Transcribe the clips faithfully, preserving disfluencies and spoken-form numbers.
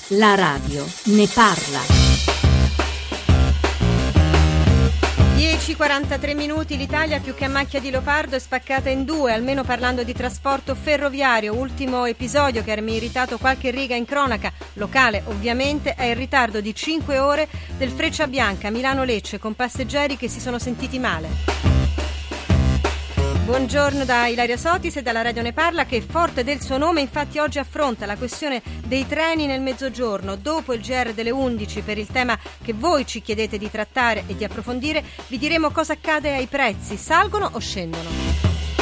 La radio ne parla. dieci e quarantatré minuti, l'Italia più che a macchia di leopardo è spaccata in due, almeno parlando di trasporto ferroviario. Ultimo episodio che ha meritato qualche riga in cronaca locale, ovviamente, è il ritardo di cinque ore del Frecciabianca Milano-Lecce con passeggeri che si sono sentiti male. Buongiorno da Ilaria Sotis e dalla Radio Ne Parla, che forte del suo nome infatti oggi affronta la questione dei treni nel mezzogiorno. Dopo il G R delle undici, per il tema che voi ci chiedete di trattare e di approfondire, vi diremo cosa accade ai prezzi, salgono o scendono.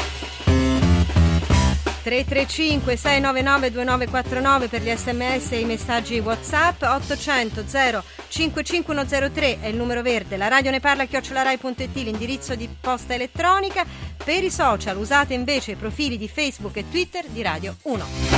tre tre cinque sei nove nove due nove quattro nove per gli sms e i messaggi WhatsApp, ottocento zero cinque cinque uno zero tre è il numero verde, la Radio Ne Parla chiocciola rai punto it, l'indirizzo di posta elettronica. Per i social usate invece i profili di Facebook e Twitter di Radio uno.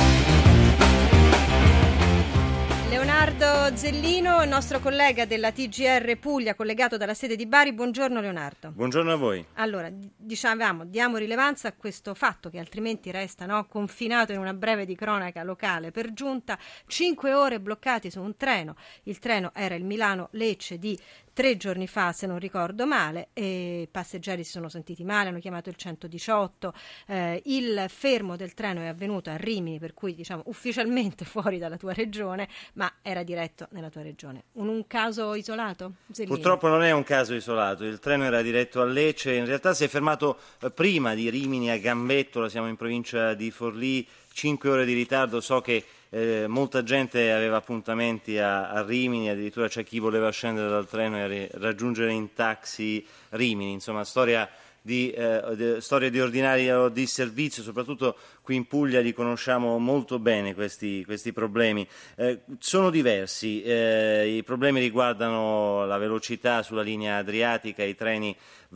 Leonardo Zellino, il nostro collega della T G R Puglia, collegato dalla sede di Bari. Buongiorno Leonardo. Buongiorno a voi. Allora, diciamo, diamo rilevanza a questo fatto che altrimenti resta, no, confinato in una breve di cronaca locale. Per giunta, cinque ore bloccati su un treno. Il treno era il Milano-Lecce di tre giorni fa, se non ricordo male, e i passeggeri si sono sentiti male, hanno chiamato il centodiciotto. Eh, il fermo del treno è avvenuto a Rimini, per cui diciamo ufficialmente fuori dalla tua regione, ma era diretto nella tua regione. Un, un caso isolato? Zellino? Purtroppo non è un caso isolato, il treno era diretto a Lecce, in realtà si è fermato eh, prima di Rimini a Gambettola, siamo in provincia di Forlì, cinque ore di ritardo. So che eh, molta gente aveva appuntamenti a, a Rimini, addirittura c'è chi voleva scendere dal treno e ri- raggiungere in taxi Rimini, insomma storia di, eh, di, storia di ordinario disservizio, soprattutto qui in Puglia li conosciamo molto bene questi, questi problemi. Eh, sono diversi, eh, i problemi riguardano la velocità sulla linea adriatica, i treni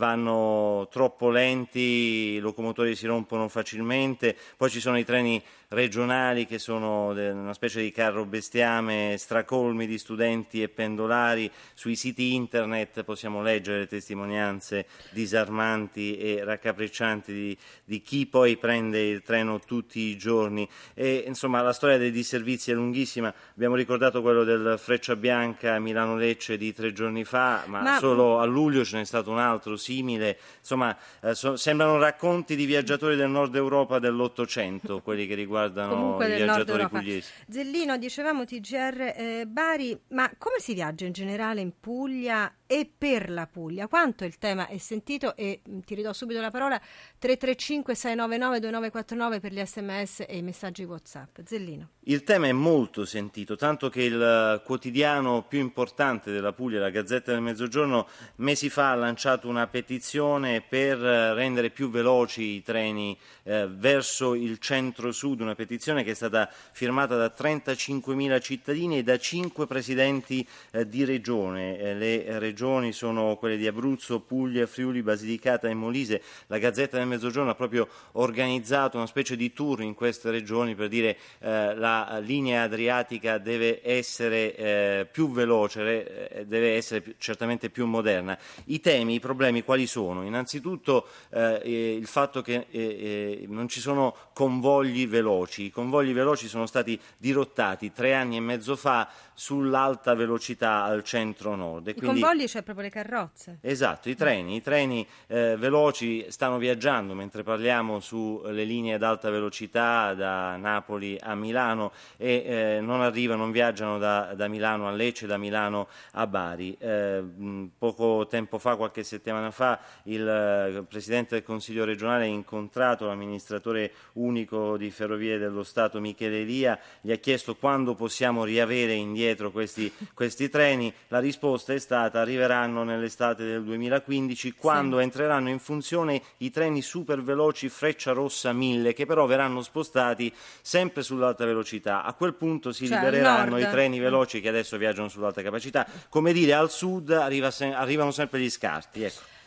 vanno troppo lenti, i locomotori si rompono facilmente, poi ci sono i treni regionali che sono una specie di carro bestiame, stracolmi di studenti e pendolari. Sui siti internet possiamo leggere le testimonianze disarmanti e raccapriccianti di, di chi poi prende il treno tutti i giorni. E insomma la storia dei disservizi è lunghissima. Abbiamo ricordato quello del Frecciabianca Milano-Lecce di tre giorni fa, ma, ma solo a luglio ce n'è stato un altro simile. Insomma eh, so, sembrano racconti di viaggiatori del nord Europa dell'Ottocento, quelli che riguardano comunque i del viaggiatori nord pugliesi. Zellino, dicevamo T G R eh, Bari, ma come si viaggia in generale in Puglia e per la Puglia? Quanto il tema è sentito? E mh, ti ridò subito la parola. Tre tre cinque sei nove nove due nove quattro nove per gli sms e i messaggi WhatsApp. Zellino. Il tema è molto sentito, tanto che il quotidiano più importante della Puglia, la Gazzetta del Mezzogiorno, mesi fa ha lanciato una petizione per rendere più veloci i treni eh, verso il centro-sud, una petizione che è stata firmata da trentacinquemila cittadini e da cinque presidenti eh, di regione. Eh, le regioni sono quelle di Abruzzo, Puglia, Friuli, Basilicata e Molise. La Gazzetta del Mezzogiorno ha proprio organizzato una specie di tour in queste regioni per dire eh, la La linea adriatica deve essere eh, più veloce, eh, deve essere più, certamente più moderna. I temi, i problemi quali sono? Innanzitutto eh, il fatto che eh, eh, non ci sono convogli veloci. I convogli veloci sono stati dirottati tre anni e mezzo fa sull'alta velocità al centro-nord. E I quindi, convogli, cioè proprio le carrozze? Esatto, i treni, i treni eh, veloci stanno viaggiando mentre parliamo sulle linee ad alta velocità da Napoli a Milano e eh, non arrivano, non viaggiano da, da Milano a Lecce, da Milano a Bari. Eh, poco tempo fa, qualche settimana fa, il eh, Presidente del Consiglio regionale ha incontrato l'amministratore unico di Ferrovie dello Stato Michele Elia, gli ha chiesto quando possiamo riavere indietro questi, questi treni. La risposta è stata: arriveranno nell'estate del duemilaquindici, quando sì. entreranno in funzione i treni super veloci Frecciarossa mille, che però verranno spostati sempre sull'alta velocità. A quel punto si cioè, libereranno i treni veloci che adesso viaggiano sull'alta capacità. Come dire, al sud arriva se- arrivano sempre gli scarti, ecco.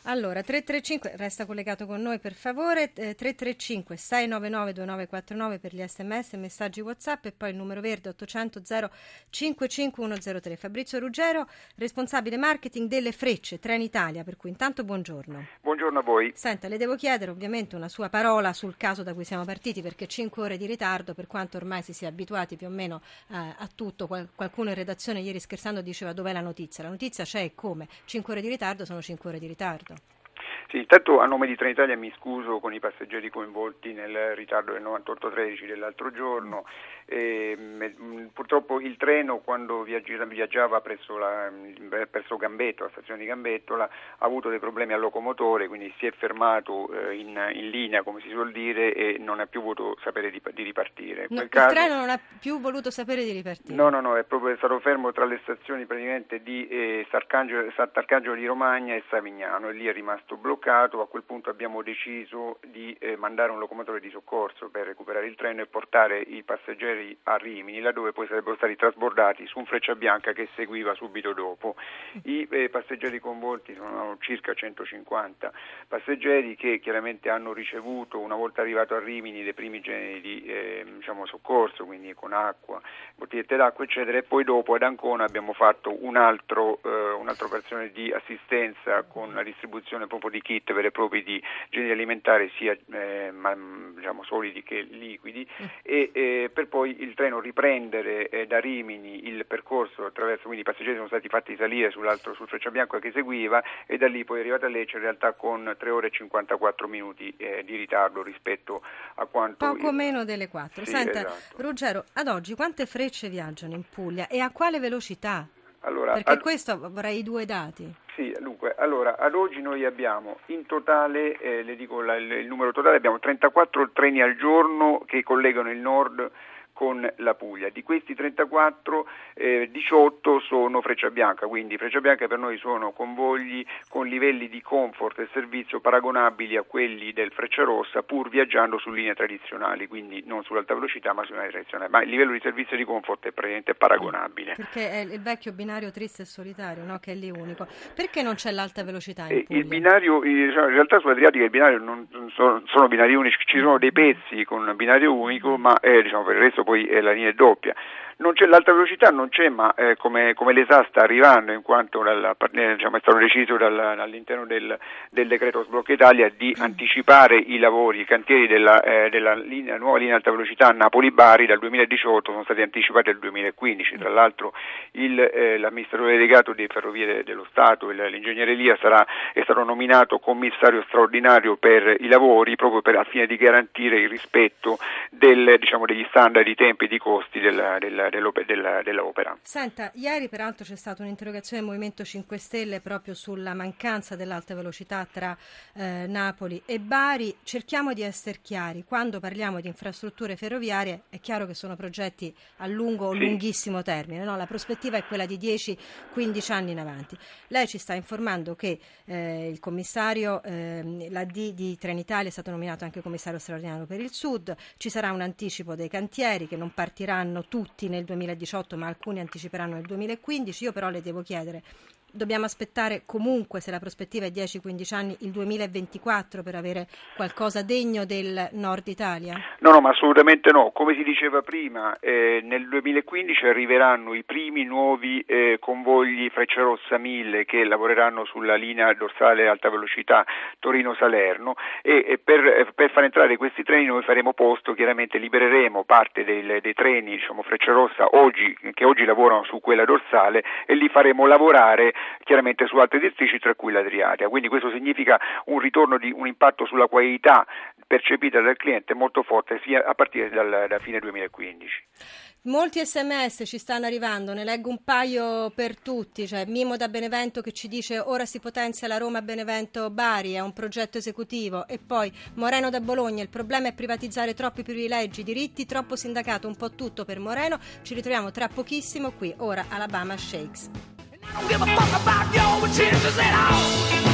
Allora, tre tre cinque, resta collegato con noi per favore, eh, tre tre cinque sei nove nove due nove quattro nove per gli sms e messaggi WhatsApp e poi il numero verde ottocento zero cinque cinque uno zero tre. Fabrizio Ruggero, responsabile marketing delle Frecce Trenitalia, per cui intanto buongiorno. Buongiorno a voi. Senta, le devo chiedere ovviamente una sua parola sul caso da cui siamo partiti, perché cinque ore di ritardo, per quanto ormai si sia abituati più o meno eh, a tutto. Qual- qualcuno in redazione ieri scherzando diceva dov'è la notizia. La notizia c'è e come? cinque ore di ritardo sono cinque ore di ritardo. Sì, intanto a nome di Trenitalia mi scuso con i passeggeri coinvolti nel ritardo del novantotto tredici dell'altro giorno. E, mh, purtroppo il treno, quando viaggi- viaggiava presso, la, presso Gambetto, la stazione di Gambettola, ha avuto dei problemi al locomotore, quindi si è fermato eh, in, in linea, come si suol dire, e non ha più voluto sapere di, di ripartire. No, il caso, treno non ha più voluto sapere di ripartire? No, no, no, è proprio stato fermo tra le stazioni praticamente di eh, Sant'Arcangelo, Sant'Arcangelo di Romagna e Savignano, e lì è rimasto bloccato. A quel punto abbiamo deciso di eh, mandare un locomotore di soccorso per recuperare il treno e portare i passeggeri a Rimini, laddove poi sarebbero stati trasbordati su un Frecciabianca che seguiva subito dopo. I eh, passeggeri coinvolti sono circa centocinquanta passeggeri che chiaramente hanno ricevuto, una volta arrivato a Rimini, dei primi generi di eh, diciamo, soccorso, quindi con acqua, bottigliette d'acqua eccetera, e poi dopo ad Ancona abbiamo fatto un altro, eh, un'altra operazione di assistenza con la distribuzione proprio di kit veri e propri di generi alimentari, sia eh, ma, diciamo, solidi che liquidi, e eh, per poi il treno riprendere eh, da Rimini il percorso attraverso, quindi i passeggeri sono stati fatti salire sull'altro, sul Frecciabianco che seguiva, e da lì poi è arrivato a Lecce in realtà con tre ore e cinquantaquattro minuti eh, di ritardo rispetto a quanto... Poco il... meno delle quattro. Sì, Senta, esatto. Ruggero, ad oggi quante frecce viaggiano in Puglia e a quale velocità? Allora, Perché ad... questo vorrei i due dati. Sì, dunque, allora, ad oggi noi abbiamo in totale, eh, le dico la, il, il numero totale, abbiamo trentaquattro treni al giorno che collegano il nord con la Puglia. Di questi trentaquattro, eh, diciotto sono Frecciabianca, quindi Frecciabianca per noi sono convogli con livelli di comfort e servizio paragonabili a quelli del Frecciarossa, pur viaggiando su linee tradizionali, quindi non sull'alta velocità ma su linee tradizionali, ma il livello di servizio e di comfort è praticamente paragonabile. Perché è il vecchio binario triste e solitario, no? Che è lì unico. Perché non c'è l'alta velocità in Puglia? Il binario, in realtà sull'Adriatica il binario non sono, sono binari unici, ci sono dei pezzi con un binario unico, ma eh, diciamo, per il resto poi eh, la linea è doppia. Non c'è l'alta velocità, non c'è, ma eh, come, come l'E S A sta arrivando, in quanto dalla, eh, diciamo, è stato deciso dal, all'interno del, del decreto Sblocca Italia di anticipare i lavori, i cantieri della, eh, della linea, nuova linea alta velocità Napoli-Bari dal duemiladiciotto sono stati anticipati al duemilaquindici. Tra l'altro il, eh, l'amministratore delegato delle Ferrovie de, dello Stato, il, l'ingegnere Lia, sarà, è stato nominato commissario straordinario per i lavori, proprio per, al fine di garantire il rispetto del, diciamo, degli standard di tempi e di costi della, della Della, dell'opera. Senta, ieri peraltro c'è stata un'interrogazione del Movimento cinque Stelle proprio sulla mancanza dell'alta velocità tra eh, Napoli e Bari. Cerchiamo di essere chiari: quando parliamo di infrastrutture ferroviarie è chiaro che sono progetti a lungo o sì. lunghissimo termine, no? La prospettiva è quella di dieci quindici anni in avanti. Lei ci sta informando che eh, il commissario, eh, l'A D di Trenitalia è stato nominato anche commissario straordinario per il Sud, ci sarà un anticipo dei cantieri che non partiranno tutti nel duemiladiciotto, ma alcuni anticiperanno nel duemilaquindici. Io però le devo chiedere: dobbiamo aspettare comunque, se la prospettiva è dieci quindici anni, il duemilaventiquattro per avere qualcosa degno del Nord Italia? No, no, ma assolutamente no. Come si diceva prima, eh, nel duemilaquindici arriveranno i primi nuovi eh, convogli Frecciarossa mille che lavoreranno sulla linea dorsale alta velocità Torino-Salerno, e, e per, per far entrare questi treni noi faremo posto, chiaramente libereremo parte dei, dei treni, diciamo, Frecciarossa oggi, che oggi lavorano su quella dorsale, e li faremo lavorare chiaramente su altri districi, tra cui l'Adriatica. Quindi questo significa un ritorno di un impatto sulla qualità percepita dal cliente molto forte sia a partire dal, da fine duemilaquindici. Molti sms ci stanno arrivando, ne leggo un paio per tutti. Cioè, Mimo da Benevento che ci dice: ora si potenzia la Roma-Benevento-Bari, è un progetto esecutivo. E poi Moreno da Bologna: il problema è privatizzare troppi privilegi, diritti, troppo sindacato, un po' tutto per Moreno. Ci ritroviamo tra pochissimo qui, ora Alabama Shakes. I don't give a fuck about your chances at all.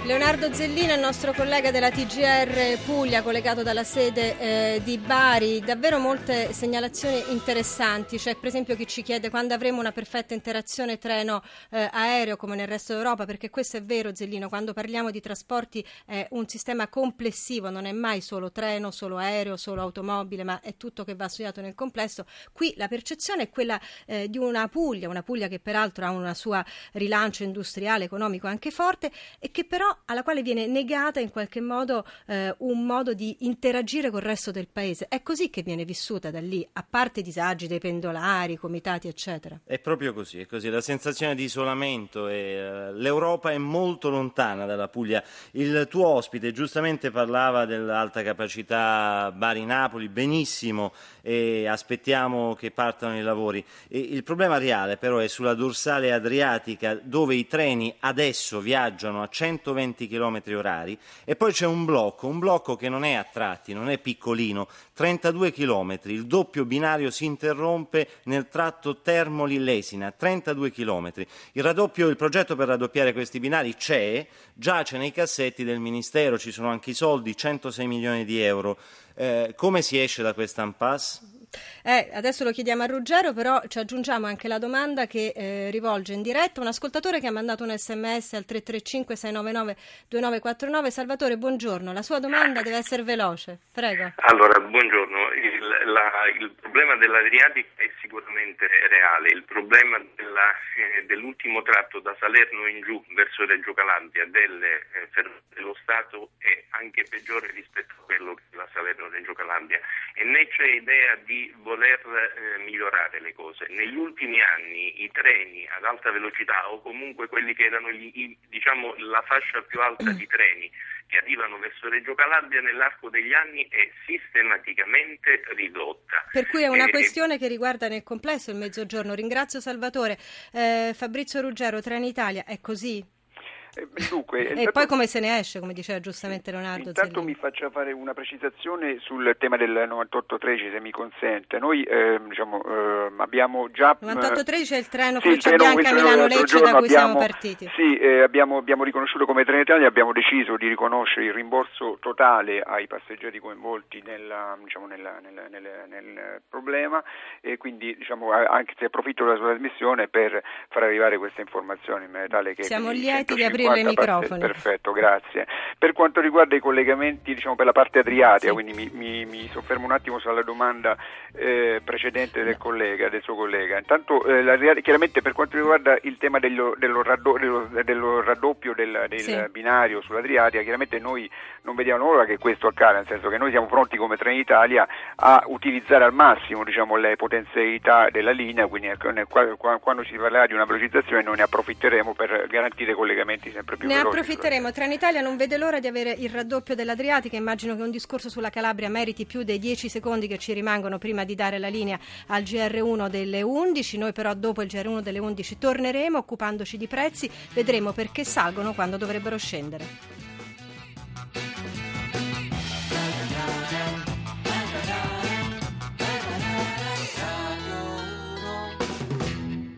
Leonardo Zellino è il nostro collega della T G R Puglia, collegato dalla sede eh, di Bari. Davvero molte segnalazioni interessanti. C'è per esempio chi ci chiede quando avremo una perfetta interazione treno-aereo eh, come nel resto d'Europa, perché questo è vero, Zellino, quando parliamo di trasporti è un sistema complessivo, non è mai solo treno, solo aereo, solo automobile, ma è tutto che va studiato nel complesso. Qui la percezione è quella eh, di una Puglia, una Puglia che peraltro ha una sua rilancio industriale, economico anche forte, e che però alla quale viene negata in qualche modo eh, un modo di interagire col resto del paese. È così che viene vissuta da lì, a parte i disagi dei pendolari, comitati, eccetera. È proprio così, è così. La sensazione di isolamento e uh, l'Europa è molto lontana dalla Puglia. Il tuo ospite giustamente parlava dell'alta capacità Bari-Napoli, benissimo, e aspettiamo che partano i lavori. E il problema reale però è sulla dorsale adriatica, dove i treni adesso viaggiano a centoventi chilometri orari e poi c'è un blocco, un blocco che non è a tratti, non è piccolino, trentadue chilometri, il doppio binario si interrompe nel tratto Termoli-Lesina, trentadue chilometri. Il raddoppio, il progetto per raddoppiare questi binari c'è, giace nei cassetti del Ministero, ci sono anche i soldi, centosei milioni di euro. Eh, come si esce da questa impasse? Eh, adesso lo chiediamo a Ruggero, però ci aggiungiamo anche la domanda che eh, rivolge in diretta un ascoltatore che ha mandato un sms al tre tre cinque sei nove nove due nove quattro nove. Salvatore, buongiorno, la sua domanda deve essere veloce, prego. Allora, buongiorno, il, la, il problema dell'Adriatica è sicuramente reale, il problema della, eh, dell'ultimo tratto da Salerno in giù verso Reggio Calabria delle eh, ferrovie dello Stato è anche peggiore rispetto a quello che è la Salerno-Reggio Calabria, e né c'è idea di voler eh, migliorare le cose. Negli ultimi anni i treni ad alta velocità, o comunque quelli che erano gli, i, diciamo la fascia più alta di treni che arrivano verso Reggio Calabria, nell'arco degli anni è sistematicamente ridotta. Per cui è una eh, questione che riguarda nel complesso il Mezzogiorno. Ringrazio Salvatore. Eh, Fabrizio Ruggero, Trenitalia, è così? Dunque, e intanto, poi come se ne esce, come diceva giustamente Leonardo intanto Zellino. Mi faccia fare una precisazione sul tema del novantotto tredici, se mi consente. Noi eh, diciamo, eh, abbiamo già novantotto tredici è il treno sì, Frecciabianca Milano-Lecce da cui abbiamo, siamo partiti. Sì, eh, abbiamo, abbiamo riconosciuto come Trenitalia, abbiamo deciso di riconoscere il rimborso totale ai passeggeri coinvolti nella, diciamo, nella, nel, nel, nel problema, e quindi diciamo, anche se approfitto della sua trasmissione per far arrivare queste informazioni in maniera tale che siamo lieti di aprire i microfoni. Perfetto, grazie. Per quanto riguarda i collegamenti, diciamo, per la parte adriatica, sì. quindi mi, mi, mi soffermo un attimo sulla domanda eh, precedente del collega, del suo collega. Intanto eh, la, chiaramente per quanto riguarda il tema dello, dello, raddo, dello, dello raddoppio del, del sì. binario sull'Adriatica, chiaramente noi non vediamo l'ora che questo accada, nel senso che noi siamo pronti come Trenitalia a utilizzare al massimo, diciamo, le potenzialità della linea, quindi nel, quando si parlerà di una velocizzazione noi ne approfitteremo per garantire collegamenti sempre più ne veloci. Approfitteremo. Trenitalia non vede l'ora di avere il raddoppio dell'Adriatica. Immagino che un discorso sulla Calabria meriti più dei dieci secondi che ci rimangono prima di dare la linea al G R uno delle undici. Noi però dopo il G R uno delle undici torneremo occupandoci di prezzi, vedremo perché salgono quando dovrebbero scendere.